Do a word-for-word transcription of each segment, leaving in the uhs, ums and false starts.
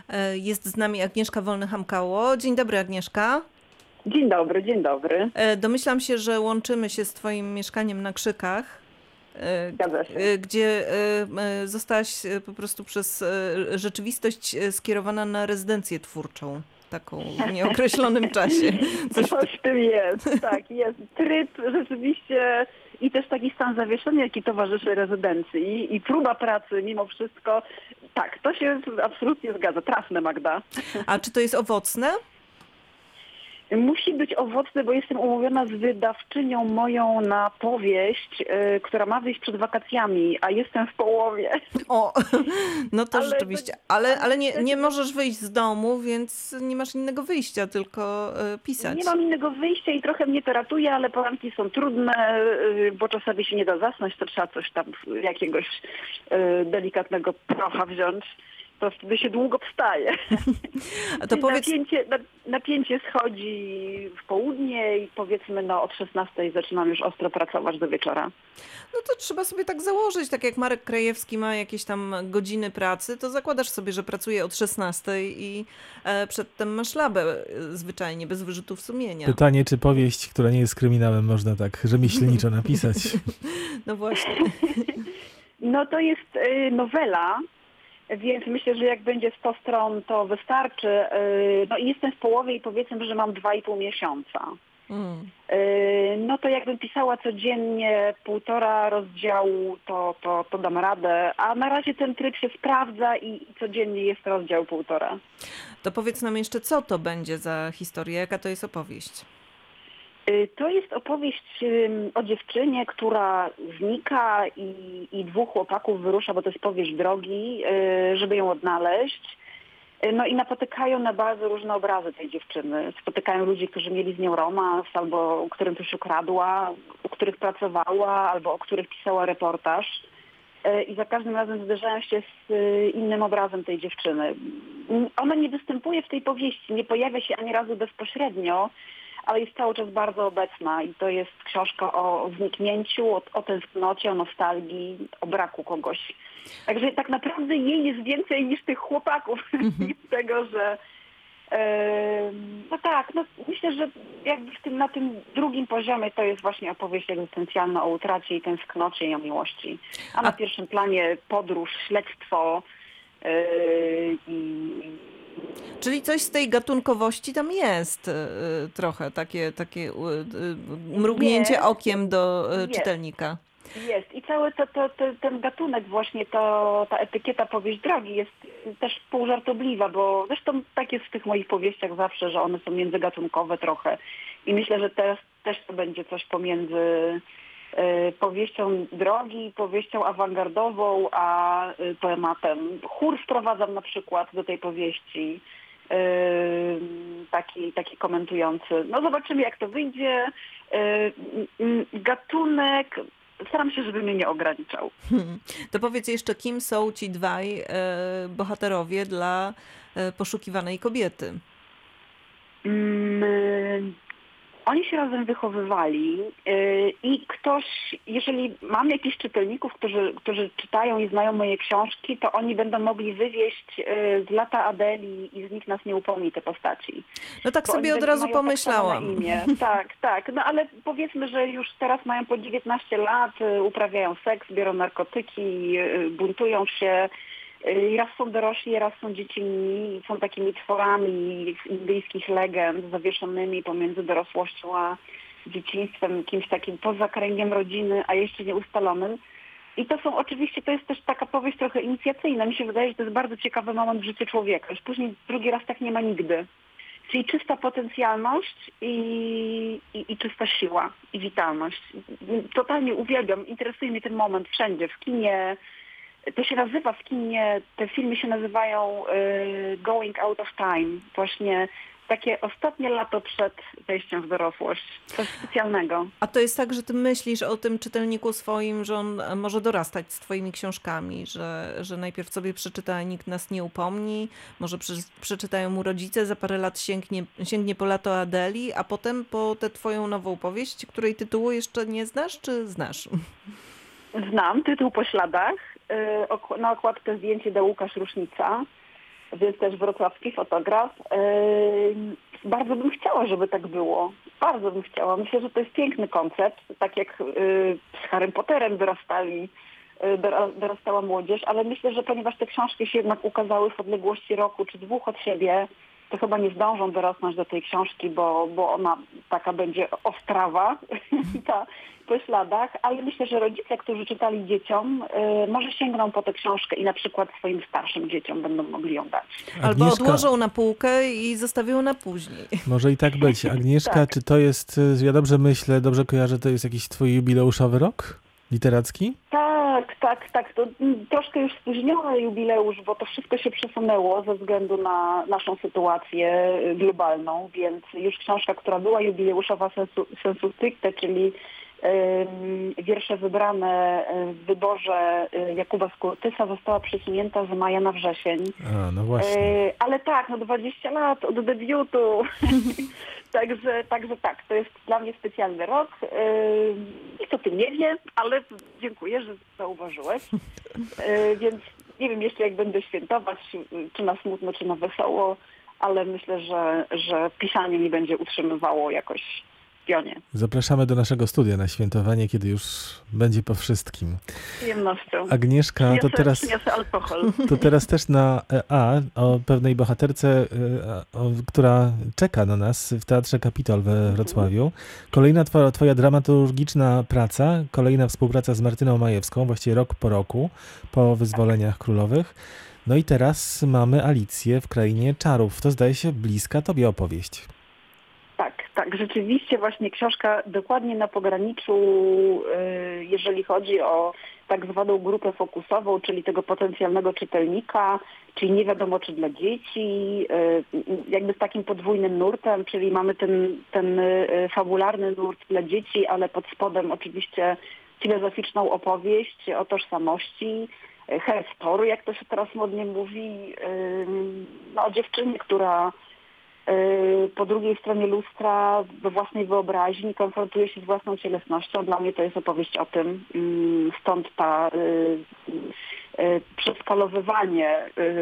Jest z nami Agnieszka Wolny-Hamkało. Dzień dobry, Agnieszka. Dzień dobry, dzień dobry. Domyślam się, że łączymy się z twoim mieszkaniem na Krzykach, Zgadza się. Gdzie zostałaś po prostu przez rzeczywistość skierowana na rezydencję twórczą, taką w nieokreślonym czasie. Coś, Coś w tym jest, tak, jest tryb rzeczywiście i też taki stan zawieszenia, jaki towarzyszy rezydencji i próba pracy mimo wszystko. Tak, to się absolutnie zgadza. Trafne, Magda. A czy to jest owocne? Musi być owocny, bo jestem umówiona z wydawczynią moją na powieść, yy, która ma wyjść przed wakacjami, a jestem w połowie. O, no to ale rzeczywiście. Ale, ale nie, nie możesz wyjść z domu, więc nie masz innego wyjścia, tylko yy, pisać. Nie mam innego wyjścia i trochę mnie to ratuje, ale poranki są trudne, yy, bo czasami się nie da zasnąć, to trzeba coś tam, jakiegoś yy, delikatnego procha wziąć. To wtedy się długo wstaje. A to powiedz... napięcie, napięcie schodzi w południe i powiedzmy no, od szesnastej zaczynam już ostro pracować do wieczora. No to trzeba sobie tak założyć, tak jak Marek Krajewski ma jakieś tam godziny pracy, to zakładasz sobie, że pracuje od szesnastej i przedtem masz labę zwyczajnie, bez wyrzutów sumienia. Pytanie, czy powieść, która nie jest kryminałem, można tak rzemieślniczo napisać? No właśnie. No to jest nowela. Więc myślę, że jak będzie sto stron, to wystarczy. No i jestem w połowie i powiedzmy, że mam dwa i pół miesiąca. Mm. No to jakbym pisała codziennie półtora rozdziału, to, to, to dam radę. A na razie ten tryb się sprawdza i, i codziennie jest rozdział półtora. To powiedz nam jeszcze, co to będzie za historia, jaka to jest opowieść? To jest opowieść o dziewczynie, która znika i, i dwóch chłopaków wyrusza, bo to jest powieść drogi, żeby ją odnaleźć. No i napotykają na bardzo różne obrazy tej dziewczyny. Spotykają ludzi, którzy mieli z nią romans, albo którym coś ukradła, u których pracowała, albo o których pisała reportaż. I za każdym razem zderzają się z innym obrazem tej dziewczyny. Ona nie występuje w tej powieści, nie pojawia się ani razu bezpośrednio, ale jest cały czas bardzo obecna i to jest książka o zniknięciu, o, o tęsknocie, o nostalgii, o braku kogoś. Także tak naprawdę jej jest więcej niż tych chłopaków. Mm-hmm. Tego, że yy, no tak, no myślę, że jakby w tym, na tym drugim poziomie to jest właśnie opowieść egzystencjalna o utracie i tęsknocie i o miłości. A na A... pierwszym planie podróż, śledztwo yy, i Czyli coś z tej gatunkowości tam jest y, trochę, takie, takie y, y, mrugnięcie jest, okiem do y, jest, czytelnika. Jest i cały to, to, to, ten gatunek właśnie, to, ta etykieta powieść drogi jest też półżartobliwa, bo zresztą tak jest w tych moich powieściach zawsze, że one są międzygatunkowe trochę i myślę, że teraz też to będzie coś pomiędzy y, powieścią drogi, powieścią awangardową, a y, poematem. Chór wprowadzam na przykład do tej powieści. Taki, taki komentujący. No zobaczymy, jak to wyjdzie. Gatunek, staram się, żeby mnie nie ograniczał. Hmm. To powiedz jeszcze, kim są ci dwaj e, bohaterowie dla e, poszukiwanej kobiety? Hmm. Oni się razem wychowywali yy, i ktoś, jeżeli mam jakichś czytelników, którzy, którzy czytają i znają moje książki, to oni będą mogli wywieźć yy, z lata Adeli i z nich nas nie upomni te postaci. No tak Bo sobie od razu pomyślałam. Tak, imię. tak, tak. No ale powiedzmy, że już teraz mają po dziewiętnaście lat, yy, uprawiają seks, biorą narkotyki, yy, buntują się. I raz są dorośli, raz są dziecinni, są takimi tworami indyjskich legend zawieszonymi pomiędzy dorosłością a dzieciństwem, kimś takim poza kręgiem rodziny, a jeszcze nieustalonym. I to są oczywiście, to jest też taka powieść trochę inicjacyjna. Mi się wydaje, że to jest bardzo ciekawy moment w życiu człowieka. Już później drugi raz tak nie ma nigdy. Czyli czysta potencjalność i, i, i czysta siła i witalność. Totalnie uwielbiam, interesuje mnie ten moment wszędzie, w kinie. To się nazywa w kinie, te filmy się nazywają y, Going Out of Time. Właśnie takie ostatnie lato przed wejściem w dorosłość. Coś specjalnego. A to jest tak, że ty myślisz o tym czytelniku swoim, że on może dorastać z twoimi książkami, że, że najpierw sobie przeczyta Nikt nas nie upomni, może prze, przeczytają mu rodzice, za parę lat sięgnie, sięgnie po lato Adeli, a potem po tę twoją nową powieść, której tytułu jeszcze nie znasz, czy znasz? Znam, tytuł Po śladach. Na okładce zdjęcie do Łukasz Rusznica. więc też wrocławski fotograf. Bardzo bym chciała, żeby tak było. Bardzo bym chciała. Myślę, że to jest piękny koncept, tak jak z Harrym Potterem wyrastali, dorastała młodzież, ale myślę, że ponieważ te książki się jednak ukazały w odległości roku czy dwóch od siebie, to chyba nie zdążą dorosnąć do tej książki, bo, bo ona taka będzie ostrawa ta, po śladach, ale myślę, że rodzice, którzy czytali dzieciom, y, może sięgną po tę książkę i na przykład swoim starszym dzieciom będą mogli ją dać. Albo Agnieszka... odłożą na półkę i zostawią na później. Może i tak być. Agnieszka, tak. Czy to jest, ja dobrze myślę, dobrze kojarzę, to jest jakiś twój jubileuszowy rok literacki? Tak, tak, tak. To troszkę już spóźniony jubileusz, bo to wszystko się przesunęło ze względu na naszą sytuację globalną, więc już książka, która była jubileuszowa sensu, sensu stricte, czyli y, wiersze wybrane w wyborze Jakuba Skurtysa, została przesunięta z maja na wrzesień. A, no właśnie. Y, ale tak, no dwadzieścia lat od debiutu. Także, także tak, to jest dla mnie specjalny rok. Nikt o tym nie wie, ale dziękuję, że zauważyłeś. Więc nie wiem jeszcze, jak będę świętować, czy na smutno, czy na wesoło, ale myślę, że, że pisanie mi będzie utrzymywało jakoś w pionie. Zapraszamy do naszego studia na świętowanie, kiedy już będzie po wszystkim. Z przyjemnością. Agnieszka, Przyniosę, to teraz, przyniosę alkohol. To teraz też na A, o pewnej bohaterce, o, która czeka na nas w Teatrze Kapitol we Wrocławiu. Kolejna twoja, twoja dramaturgiczna praca, kolejna współpraca z Martyną Majewską, właściwie rok po roku, po Wyzwoleniach Królowych. No i teraz mamy Alicję w Krainie Czarów. To zdaje się bliska tobie opowieść. Tak, tak, rzeczywiście właśnie książka dokładnie na pograniczu, jeżeli chodzi o tak zwaną grupę fokusową, czyli tego potencjalnego czytelnika, czyli nie wiadomo czy dla dzieci, jakby z takim podwójnym nurtem, czyli mamy ten, ten fabularny nurt dla dzieci, ale pod spodem oczywiście filozoficzną opowieść o tożsamości, her story, jak to się teraz modnie mówi, no, o dziewczynie, która po drugiej stronie lustra we własnej wyobraźni konfrontuje się z własną cielesnością. Dla mnie to jest opowieść o tym. Stąd ta przeskalowywanie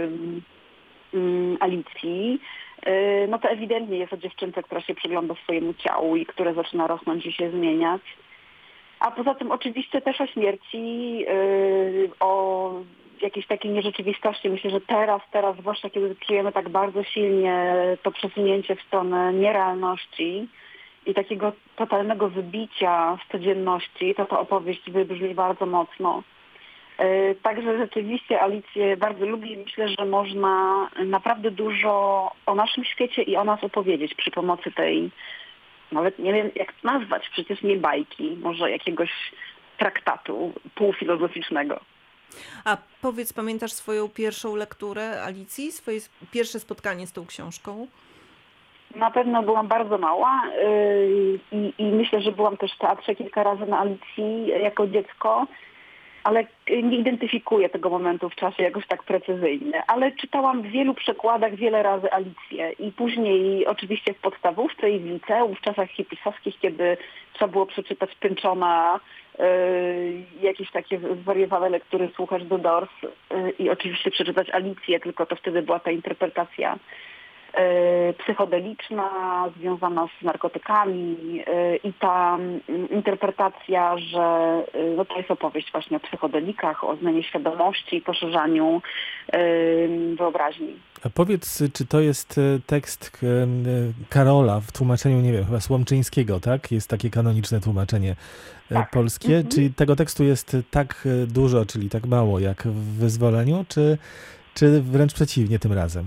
Alicji. No to ewidentnie jest o dziewczynce, która się przygląda swojemu ciału i które zaczyna rosnąć i się zmieniać. A poza tym oczywiście też o śmierci, o jakiejś takiej nierzeczywistości. Myślę, że teraz, teraz, zwłaszcza kiedy czujemy tak bardzo silnie to przesunięcie w stronę nierealności i takiego totalnego wybicia z codzienności, to ta opowieść wybrzmi bardzo mocno. Także rzeczywiście Alicję bardzo lubię i myślę, że można naprawdę dużo o naszym świecie i o nas opowiedzieć przy pomocy tej, nawet nie wiem jak to nazwać, przecież nie bajki, może jakiegoś traktatu półfilozoficznego. A powiedz, pamiętasz swoją pierwszą lekturę Alicji? Swoje pierwsze spotkanie z tą książką? Na pewno byłam bardzo mała yy, i, i myślę, że byłam też w teatrze kilka razy na Alicji jako dziecko, ale nie identyfikuję tego momentu w czasie jakoś tak precyzyjnie. Ale czytałam w wielu przekładach wiele razy Alicję i później oczywiście w podstawówce i w liceum, w czasach hipisowskich, kiedy trzeba było przeczytać Pynchona, yy, jakieś takie zwariowane lektury, słuchać do Doors yy, i oczywiście przeczytać Alicję, tylko to wtedy była ta interpretacja psychodeliczna, związana z narkotykami i ta interpretacja, że no to jest opowieść właśnie o psychodelikach, o zmianie świadomości, poszerzaniu wyobraźni. A powiedz, czy to jest tekst Karola w tłumaczeniu, nie wiem, chyba Słomczyńskiego, tak? Jest takie kanoniczne tłumaczenie tak. polskie. Mhm. Czy tego tekstu jest tak dużo, czyli tak mało jak w Wyzwoleniu, czy, czy wręcz przeciwnie tym razem?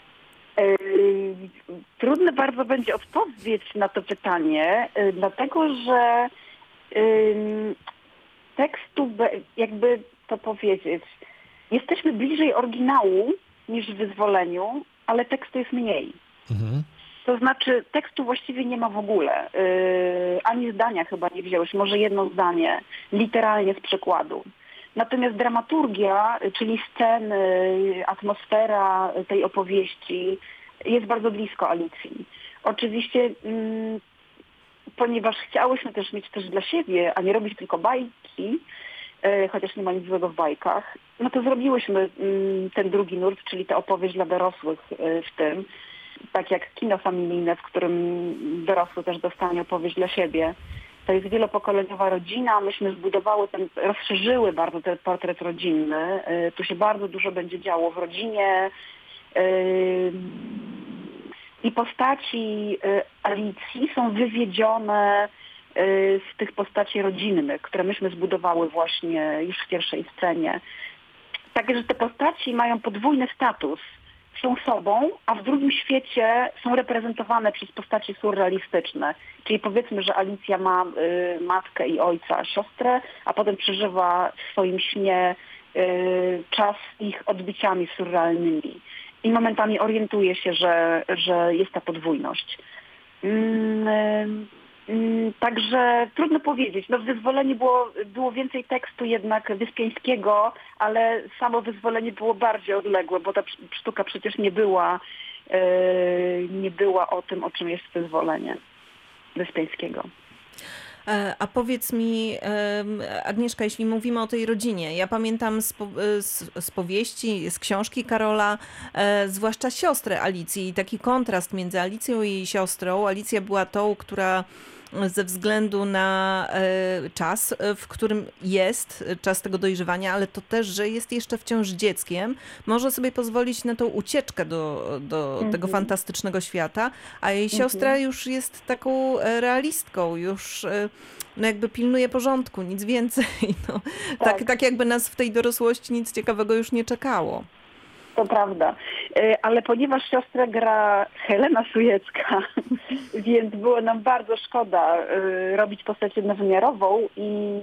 Trudno bardzo będzie odpowiedzieć na to pytanie, dlatego że tekstu, jakby to powiedzieć, jesteśmy bliżej oryginału niż w Wyzwoleniu, ale tekstu jest mniej. Mhm. To znaczy tekstu właściwie nie ma w ogóle. Ani zdania chyba nie wziąłeś, może jedno zdanie, literalnie z przekładu. Natomiast dramaturgia, czyli sceny, atmosfera tej opowieści jest bardzo blisko Alicji. Oczywiście, mm, ponieważ chciałyśmy też mieć też dla siebie, a nie robić tylko bajki, chociaż nie ma nic złego w bajkach. No to zrobiłyśmy ten drugi nurt, czyli tę opowieść dla dorosłych w tym. Tak jak kino familijne, w którym dorosły też dostanie opowieść dla siebie. To jest wielopokoleniowa rodzina. Myśmy zbudowały ten, rozszerzyły bardzo ten portret rodzinny. Tu się bardzo dużo będzie działo w rodzinie. I postaci Alicji są wywiedzione z tych postaci rodzinnych, które myśmy zbudowały właśnie już w pierwszej scenie. Takie, że te postaci mają podwójny status. Są sobą, a w drugim świecie są reprezentowane przez postaci surrealistyczne. Czyli powiedzmy, że Alicja ma y, matkę i ojca, siostrę, a potem przeżywa w swoim śnie y, czas z ich odbiciami surrealnymi. I momentami orientuje się, że, że jest ta podwójność. Mm, y, Także trudno powiedzieć. No w Wyzwoleniu było, było więcej tekstu jednak Wyspiańskiego, ale samo Wyzwolenie było bardziej odległe, bo ta sztuka przecież nie była, yy, nie była o tym, o czym jest Wyzwolenie Wyspiańskiego. A powiedz mi, Agnieszka, jeśli mówimy o tej rodzinie, ja pamiętam z, z, z powieści, z książki Karola, e, zwłaszcza siostrę Alicji i taki kontrast między Alicją i jej siostrą. Alicja była tą, która ze względu na e, czas, w którym jest, czas tego dojrzewania, ale to też, że jest jeszcze wciąż dzieckiem, może sobie pozwolić na tą ucieczkę do, do mhm. tego fantastycznego świata, a jej siostra mhm. już jest taką realistką, już no jakby pilnuje porządku, nic więcej. No, tak. Tak, tak jakby nas w tej dorosłości nic ciekawego już nie czekało. To prawda, ale ponieważ siostrę gra Helena Sujecka, więc było nam bardzo szkoda robić postać jednowymiarową i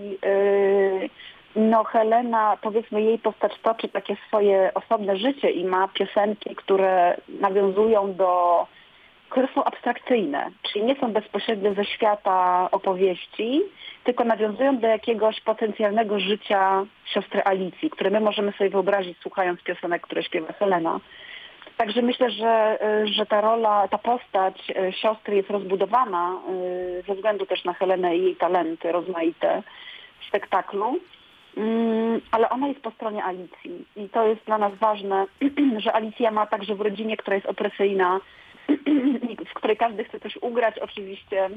no Helena, powiedzmy, jej postać toczy takie swoje osobne życie i ma piosenki, które nawiązują do, które są abstrakcyjne, czyli nie są bezpośrednio ze świata opowieści, tylko nawiązują do jakiegoś potencjalnego życia siostry Alicji, które my możemy sobie wyobrazić, słuchając piosenek, które śpiewa Helena. Także myślę, że, że ta rola, ta postać siostry jest rozbudowana ze względu też na Helenę i jej talenty rozmaite w spektaklu, ale ona jest po stronie Alicji i to jest dla nas ważne, że Alicja ma także w rodzinie, która jest opresyjna, w której każdy chce coś ugrać, oczywiście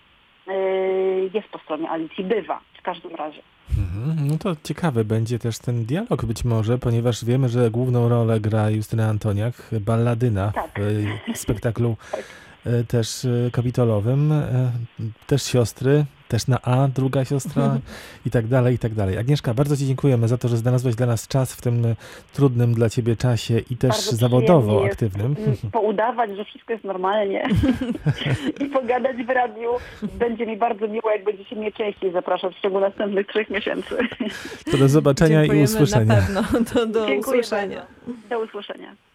jest po stronie Alicji, bywa w każdym razie. Mhm, no to ciekawy będzie też ten dialog być może, ponieważ wiemy, że główną rolę gra Justyna Antoniak, balladyna tak. w spektaklu tak. też kapitolowym, też siostry, też na A, druga siostra i tak dalej, i tak dalej. Agnieszka, bardzo Ci dziękujemy za to, że znalazłaś dla nas czas w tym trudnym dla Ciebie czasie i też bardzo zawodowo aktywnym. Poudawać, że wszystko jest normalnie i pogadać w radiu. Będzie mi bardzo miło, jak będziecie mnie częściej zapraszać w ciągu następnych trzech miesięcy. To do zobaczenia i usłyszenia. Na pewno. Do, do usłyszenia. Do usłyszenia.